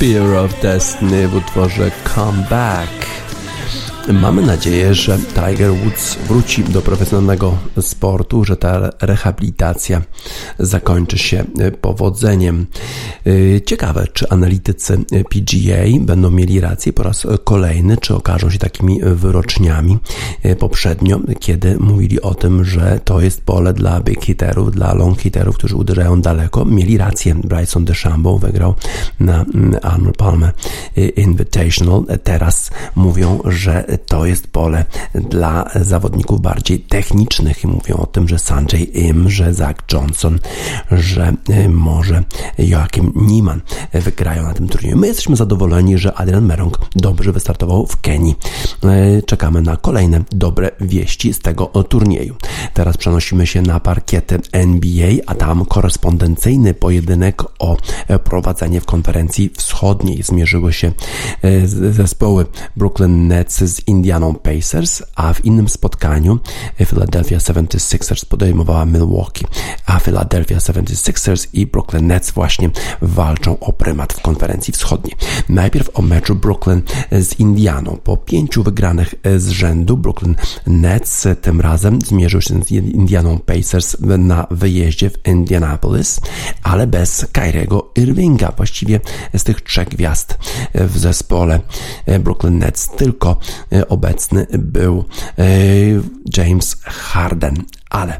Spear of Destiny w utworze Come Back. Mamy nadzieję, że Tiger Woods wróci do profesjonalnego sportu, że ta rehabilitacja zakończy się powodzeniem. Ciekawe, czy analitycy P G A będą mieli rację po raz kolejny, czy okażą się takimi wyroczniami poprzednio, kiedy mówili o tym, że to jest pole dla big hitterów, dla long hitterów, którzy uderzają daleko. Mieli rację. Bryson DeChambeau wygrał na Arnold Palmer Invitational. Teraz mówią, że to jest pole dla zawodników bardziej technicznych i mówią o tym, że Sanjay Im, że Zach Johnson, że może Joachim Niemann wygrają na tym turnieju. My jesteśmy zadowoleni, że Adrian Merong dobrze wystartował w Kenii. Czekamy na kolejne dobre wieści z tego turnieju. Teraz przenosimy się na parkiety N B A, a tam korespondencyjny pojedynek o prowadzenie w konferencji wschodniej. Zmierzyły się zespoły Brooklyn Nets z Indianą Pacers, a w innym spotkaniu Philadelphia seventy-sixers podejmowała Milwaukee, a Philadelphia seventy-sixers i Brooklyn Nets właśnie walczą o prymat w konferencji wschodniej. Najpierw o meczu Brooklyn z Indianą. Po pięciu wygranych z rzędu Brooklyn Nets tym razem zmierzył się z Indianą Pacers na wyjeździe w Indianapolis, ale bez Kyriego Irvinga. Właściwie z tych trzech gwiazd w zespole Brooklyn Nets tylko obecny był James Harden, ale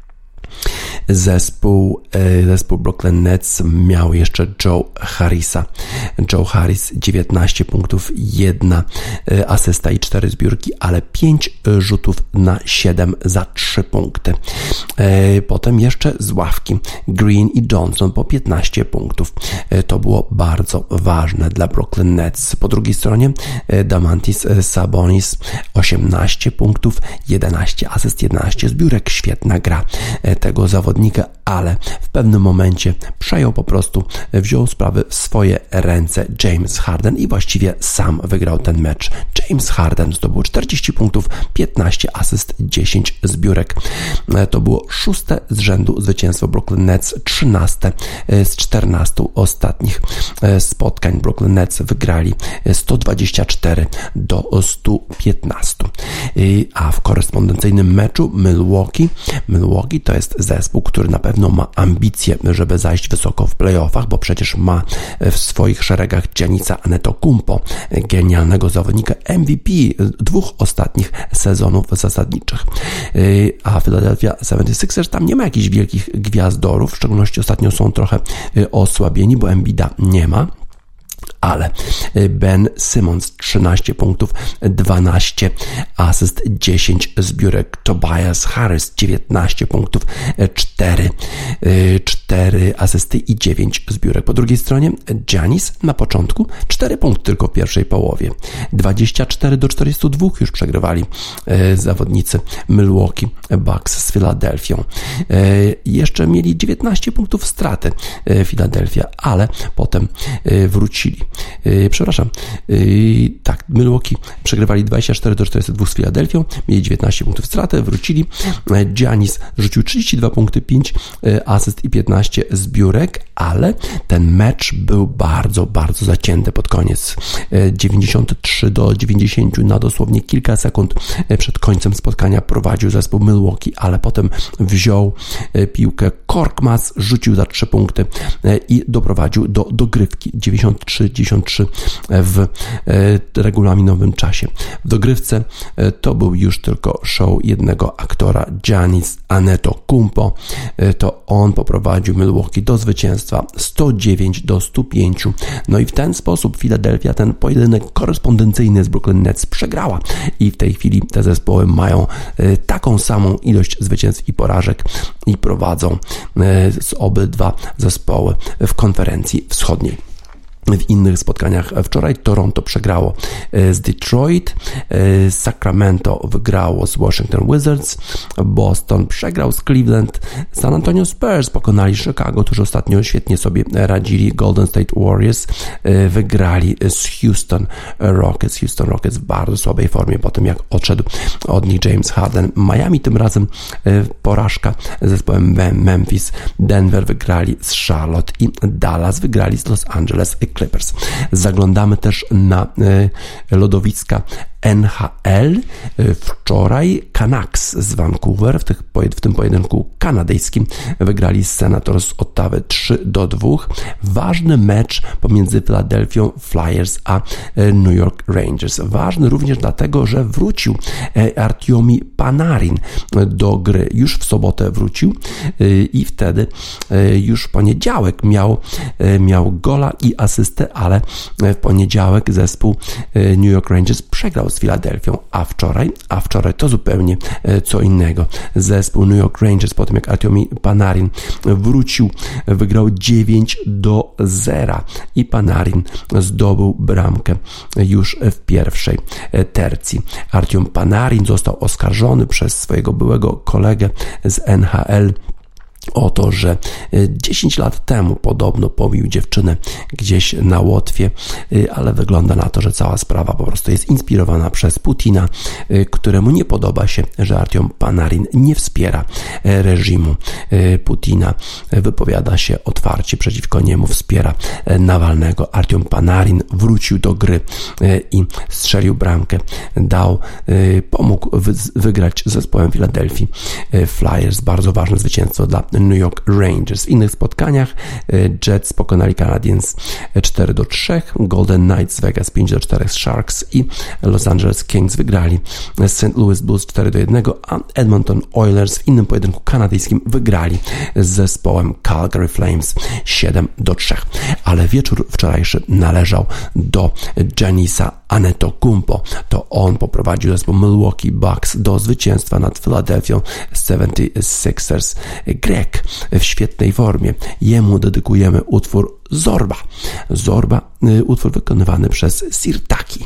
Zespół, zespół Brooklyn Nets miał jeszcze Joe Harrisa. Joe Harris dziewiętnaście punktów, jedna asysta i cztery zbiórki, ale pięć rzutów na siedem za trzy punkty. Potem jeszcze z ławki Green i Johnson po piętnaście punktów. To było bardzo ważne dla Brooklyn Nets. Po drugiej stronie Domantas Sabonis osiemnaście punktów, jedenaście asyst, jedenaście zbiórek. Świetna gra tego zawodnika, ale w pewnym momencie przejął po prostu, wziął sprawy w swoje ręce James Harden i właściwie sam wygrał ten mecz. James Harden zdobył czterdzieści punktów, piętnaście asyst, dziesięć zbiórek. To było szóste z rzędu zwycięstwo Brooklyn Nets, trzynaste z czternastu ostatnich spotkań. Brooklyn Nets wygrali sto dwadzieścia cztery do stu piętnastu. A w korespondencyjnym meczu Milwaukee, Milwaukee to jest zespół, który na pewno ma ambicje, żeby zajść wysoko w playoffach, bo przecież ma w swoich szeregach Giannisa Antetokounmpo, genialnego zawodnika M V P dwóch ostatnich sezonów zasadniczych. A Philadelphia seventy-sixers tam nie ma jakichś wielkich gwiazdorów, w szczególności ostatnio są trochę osłabieni, bo Embida nie ma. Ale Ben Simmons trzynaście punktów, dwanaście asyst, dziesięć zbiórek. Tobias Harris dziewiętnaście punktów, cztery, cztery asysty i dziewięć zbiórek. Po drugiej stronie Giannis na początku cztery punkty tylko w pierwszej połowie. dwadzieścia cztery do czterdziestu dwóch już przegrywali zawodnicy Milwaukee Bucks z Filadelfią. Jeszcze mieli dziewiętnaście punktów straty Philadelphia, ale potem wrócili. Przepraszam, tak, Milwaukee przegrywali dwadzieścia cztery do czterdziestu dwóch z Filadelfią, mieli dziewiętnaście punktów straty, wrócili. Giannis rzucił trzydzieści dwa punkty, pięć asyst i piętnaście zbiórek, ale ten mecz był bardzo, bardzo zacięty pod koniec. dziewięćdziesiąt trzy do dziewięćdziesięciu na dosłownie kilka sekund przed końcem spotkania prowadził zespół Milwaukee, ale potem wziął piłkę Korkmaz, rzucił za trzy punkty i doprowadził do dogrywki dziewięćdziesiąt trzy dziewięćdziesiąt trzy w regulaminowym czasie. W dogrywce to był już tylko show jednego aktora, Giannis Antetokounmpo. To on poprowadził Milwaukee do zwycięstwa sto dziewięć do stu pięciu. No i w ten sposób Philadelphia ten pojedynek korespondencyjny z Brooklyn Nets przegrała i w tej chwili te zespoły mają taką samą ilość zwycięstw i porażek i prowadzą z obydwa zespoły w konferencji wschodniej. W innych spotkaniach wczoraj Toronto przegrało z Detroit, Sacramento wygrało z Washington Wizards, Boston przegrał z Cleveland, San Antonio Spurs pokonali Chicago, którzy ostatnio świetnie sobie radzili, Golden State Warriors wygrali z Houston Rockets. Houston Rockets w bardzo słabej formie po tym, jak odszedł od nich James Harden. Miami tym razem porażka z zespołem Memphis, Denver wygrali z Charlotte i Dallas wygrali z Los Angeles Clippers. Zaglądamy też na lodowiska N H L. Wczoraj Canucks z Vancouver w, tych, w tym pojedynku kanadyjskim wygrali z Senators z Ottawy trzy do dwóch. Ważny mecz pomiędzy Philadelphia Flyers a New York Rangers. Ważny również dlatego, że wrócił Artiomi Panarin do gry. Już w sobotę wrócił i wtedy już w poniedziałek miał, miał gola i asystę, ale w poniedziałek zespół New York Rangers przegrał z Filadelfią, a wczoraj, a wczoraj to zupełnie co innego. Zespół New York Rangers po tym, jak Artiomi Panarin wrócił, wygrał dziewięć do zera i Panarin zdobył bramkę już w pierwszej tercji. Artiom Panarin został oskarżony przez swojego byłego kolegę z N H L o to, że dziesięć lat temu podobno pobił dziewczynę gdzieś na Łotwie, ale wygląda na to, że cała sprawa po prostu jest inspirowana przez Putina, któremu nie podoba się, że Artiom Panarin nie wspiera reżimu Putina, wypowiada się otwarcie przeciwko niemu, wspiera Nawalnego. Artiom Panarin wrócił do gry i strzelił bramkę, dał, pomógł wygrać z zespołem Philadelphia Flyers. Bardzo ważne zwycięstwo dla New York Rangers. W innych spotkaniach Jets pokonali Canadiens cztery do trzech, Golden Knights z Vegas pięć do czterech z Sharks i Los Angeles Kings wygrali z Saint Louis Blues cztery do jednego, a Edmonton Oilers w innym pojedynku kanadyjskim wygrali z zespołem Calgary Flames siedem do trzech. Ale wieczór wczorajszy należał do Giannisa Antetokounmpo. To on poprowadził zespół Milwaukee Bucks do zwycięstwa nad Philadelphia seventy-sixers. Grek w świetnej formie. Jemu dedykujemy utwór Zorba. Zorba, utwór wykonywany przez Sirtaki.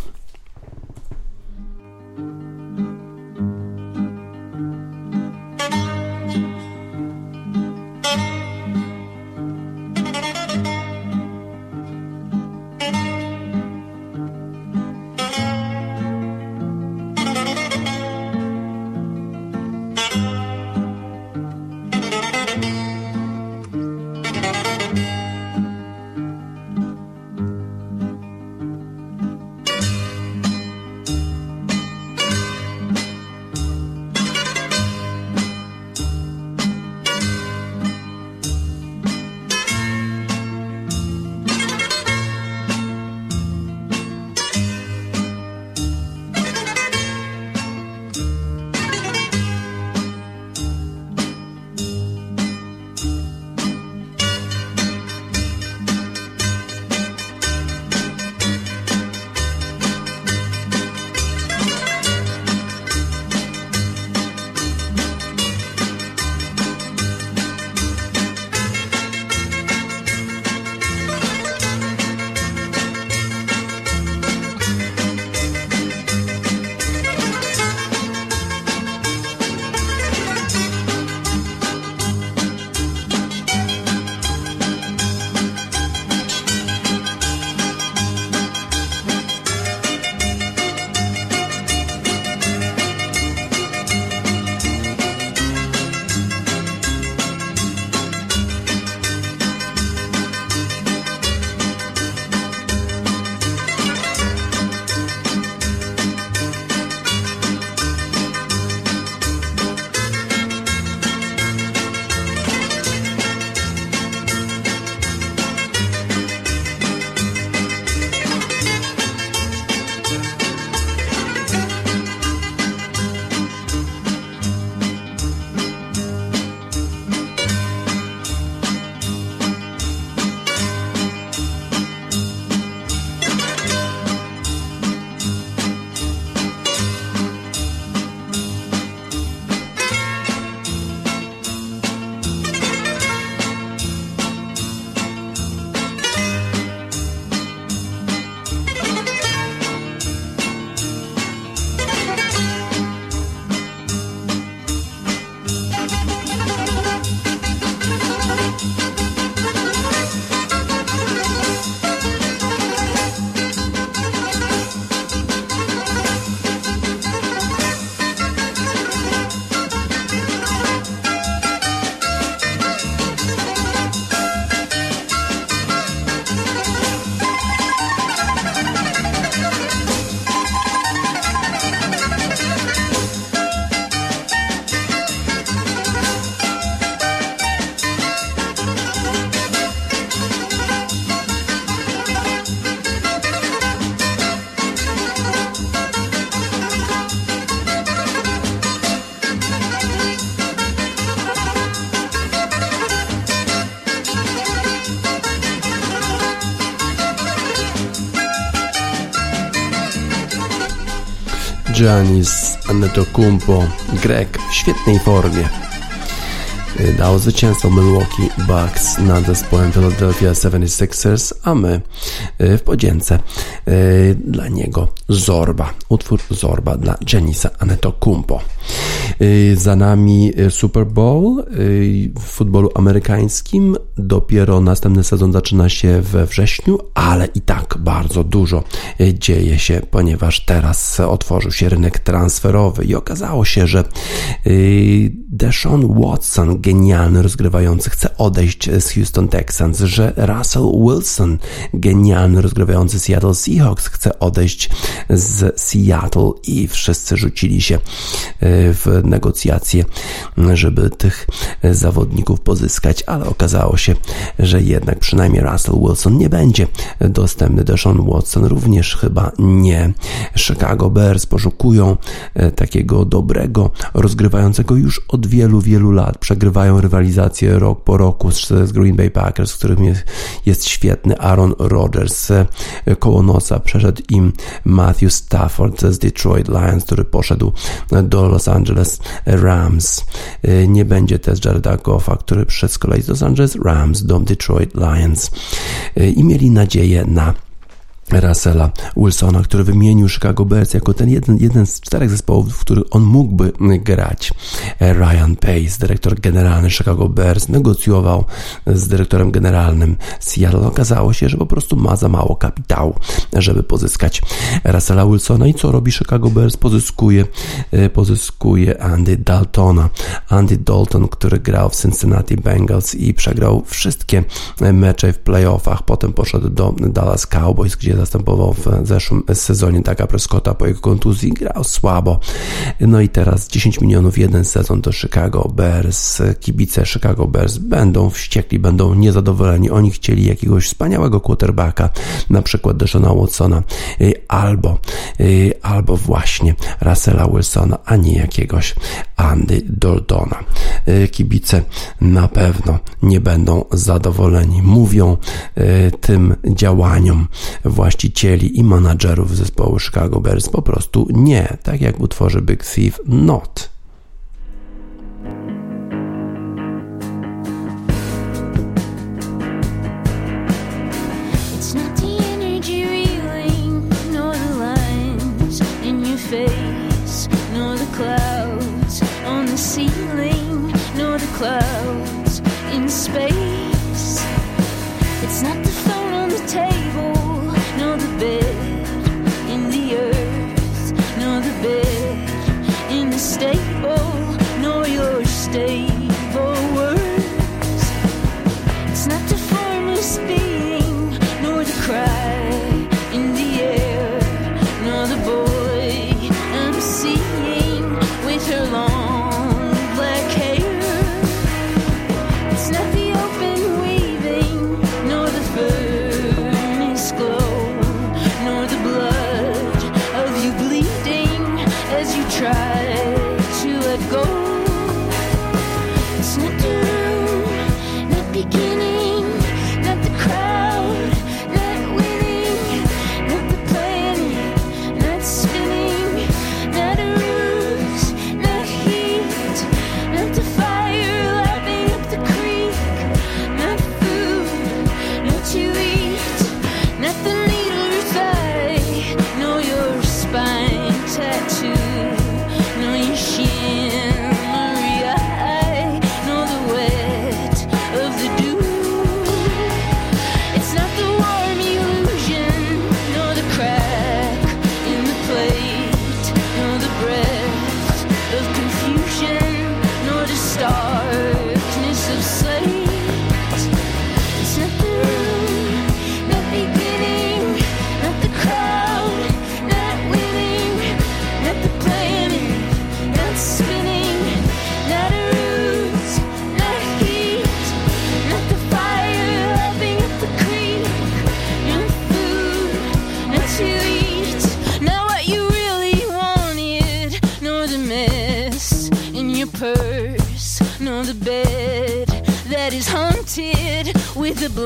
Giannis Antetokounmpo, Grek w świetnej formie, dał zwycięstwo Milwaukee Bucks nad zespołem Philadelphia seventy-sixers, a my w podzięce dla niego Zorba, utwór Zorba dla Giannisa Antetokounmpo. Za nami Super Bowl w futbolu amerykańskim. Dopiero następny sezon zaczyna się we wrześniu, ale i tak bardzo dużo dzieje się, ponieważ teraz otworzył się rynek transferowy i okazało się, że Deshaun Watson, genialny rozgrywający, chce odejść z Houston Texans, że Russell Wilson, genialny rozgrywający Seattle Seahawks, chce odejść z Seattle i wszyscy rzucili się w negocjacje, żeby tych zawodników pozyskać, ale okazało się, że jednak przynajmniej Russell Wilson nie będzie dostępny. Deshaun Watson również chyba nie. Chicago Bears poszukują takiego dobrego rozgrywającego już od wielu, wielu lat. Przegrywają rywalizację rok po roku z, z Green Bay Packers, w którym jest, jest świetny Aaron Rodgers. Koło nosa przeszedł im Matthew Stafford z Detroit Lions, który poszedł do Los Angeles Rams. Nie będzie też Jareda Goffa, który przyszedł z kolei z Los Angeles Rams do Detroit Lions. I mieli nadzieję na Russella Wilsona, który wymienił Chicago Bears jako ten jeden, jeden z czterech zespołów, w których on mógłby grać. Ryan Pace, dyrektor generalny Chicago Bears, negocjował z dyrektorem generalnym Seattle. Okazało się, że po prostu ma za mało kapitału, żeby pozyskać Russella Wilsona. I co robi Chicago Bears? Pozyskuje, pozyskuje Andy Daltona. Andy Dalton, który grał w Cincinnati Bengals i przegrał wszystkie mecze w playoffach. Potem poszedł do Dallas Cowboys, gdzie zastępował w zeszłym sezonie Daga Prescotta po jego kontuzji. Grał słabo. No i teraz dziesięć milionów jeden sezon do Chicago Bears. Kibice Chicago Bears będą wściekli, będą niezadowoleni. Oni chcieli jakiegoś wspaniałego quarterbacka, na przykład Deshauna Watsona, albo, albo właśnie Russella Wilsona, a nie jakiegoś Andy Daltona. Kibice na pewno nie będą zadowoleni. Mówią tym działaniom właścicieli i menadżerów zespołu Chicago Bears po prostu nie, tak jak w utworze Big Thief, not. With a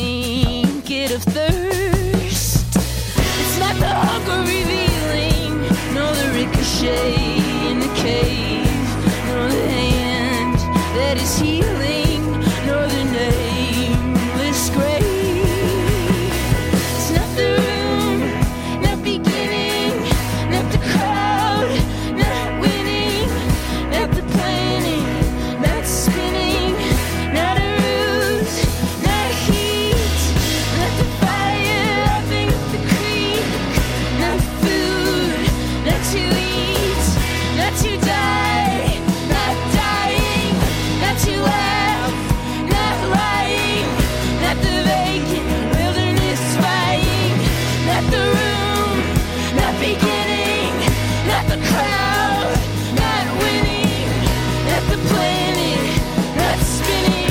blanket of thirst. It's not the hunger revealing, nor the ricochet shade in the cave, nor the hand that is healing, nor the nameless grave. It's not the room, not beginning, not the crowd, not winning, not the planning, not spinning, not a ruse, not heat, not the fire upping up the creek, not food, not to eat, not to die, not dying, not to laugh, not lying, not the vacant wilderness spying, not the room, not beginning, not the crowd, not winning, not the planet, not spinning.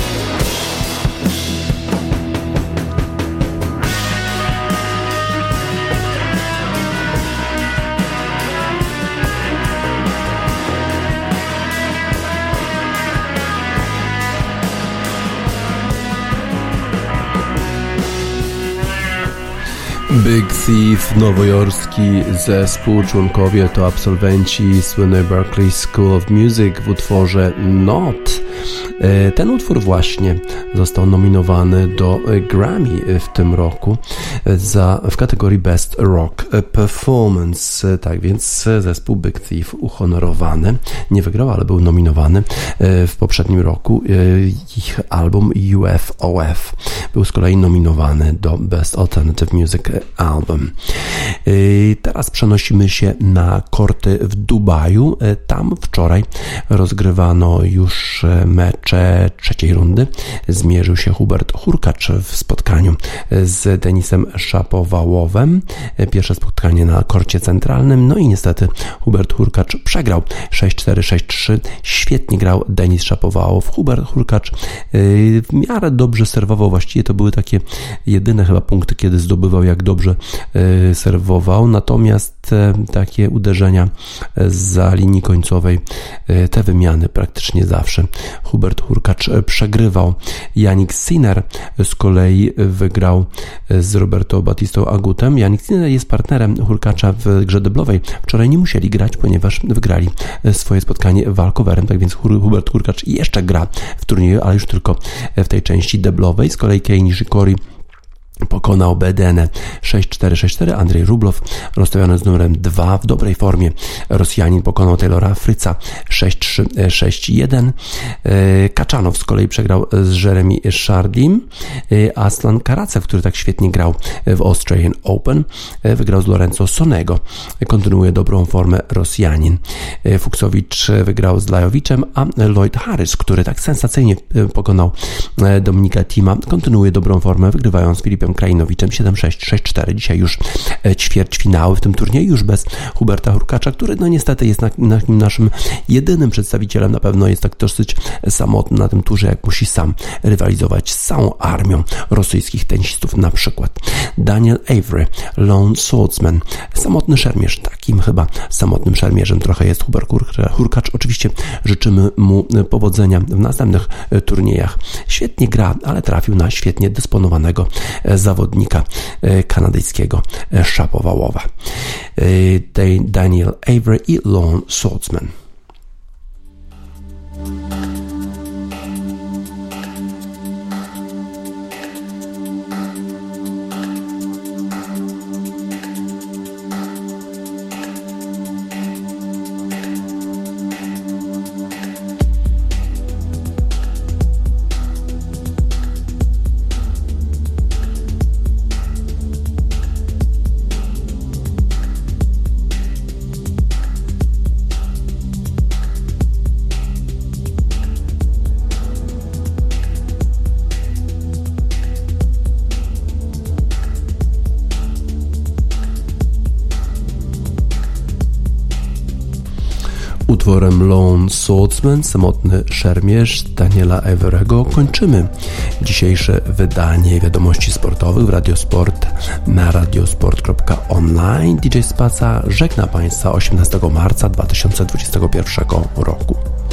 Big Thief, nowojorski zespół, członkowie to absolwenci słynnej Berklee School of Music w utworze Not. Ten utwór właśnie został nominowany do Grammy w tym roku za, w kategorii Best Rock Performance. Tak więc zespół Big Thief uhonorowany. Nie wygrał, ale był nominowany w poprzednim roku. Ich album U F O F był z kolei nominowany do Best Alternative Music Album. Teraz przenosimy się na korty w Dubaju. Tam wczoraj rozgrywano już mecze trzeciej rundy. Zmierzył się Hubert Hurkacz w spotkaniu z Denisem Szapowałowem. Pierwsze spotkanie na korcie centralnym. No i niestety Hubert Hurkacz przegrał sześć cztery, sześć trzy. Świetnie grał Denis Szapowałow. Hubert Hurkacz w miarę dobrze serwował. Właściwie to były takie jedyne chyba punkty, kiedy zdobywał, jak dobrze serwował. Natomiast takie uderzenia zza linii końcowej, te wymiany praktycznie zawsze Hubert Hurkacz przegrywał. Yannick Sinner z kolei wygrał z Roberto Batistą Agutem. Yannick Sinner jest partnerem Hurkacza w grze deblowej. Wczoraj nie musieli grać, ponieważ wygrali swoje spotkanie walkowerem, tak więc Hubert Hurkacz jeszcze gra w turnieju, ale już tylko w tej części deblowej. Z kolei Kei Nishikori pokonał Bedenę sześć cztery, sześć cztery. Andrzej Rublow rozstawiony z numerem dwa w dobrej formie. Rosjanin pokonał Taylora Fritza sześć trzy, sześć jeden. Kaczanow z kolei przegrał z Jeremy Shardim. Aslan Karacew, który tak świetnie grał w Australian Open, wygrał z Lorenzo Sonego. Kontynuuje dobrą formę Rosjanin. Fuksowicz wygrał z Lajowiczem, a Lloyd Harris, który tak sensacyjnie pokonał Dominika Thima, kontynuuje dobrą formę, wygrywając z Filipem Krajinowiczem siedem sześć, sześć cztery. Dzisiaj już ćwierćfinały w tym turnieju, już bez Huberta Hurkacza, który no niestety jest na, na, naszym jedynym przedstawicielem. Na pewno jest tak dosyć samotny na tym turze, jak musi sam rywalizować z całą armią rosyjskich tenisistów, na przykład Daniel Avery, Lone Swordsman, samotny szermierz. Takim chyba samotnym szermierzem trochę jest Hubert Hurkacz. Oczywiście życzymy mu powodzenia w następnych turniejach. Świetnie gra, ale trafił na świetnie dysponowanego zawodnika kanadyjskiego Szapowałowa. Daniel Avery i Lone Swordsman. Utworem Lone Swordsman, samotny szermierz Daniela Avery'ego kończymy dzisiejsze wydanie wiadomości sportowych w Radiosport na radiosport kropka online. D J Spaca żegna Państwa osiemnastego marca dwa tysiące dwudziestego pierwszego roku.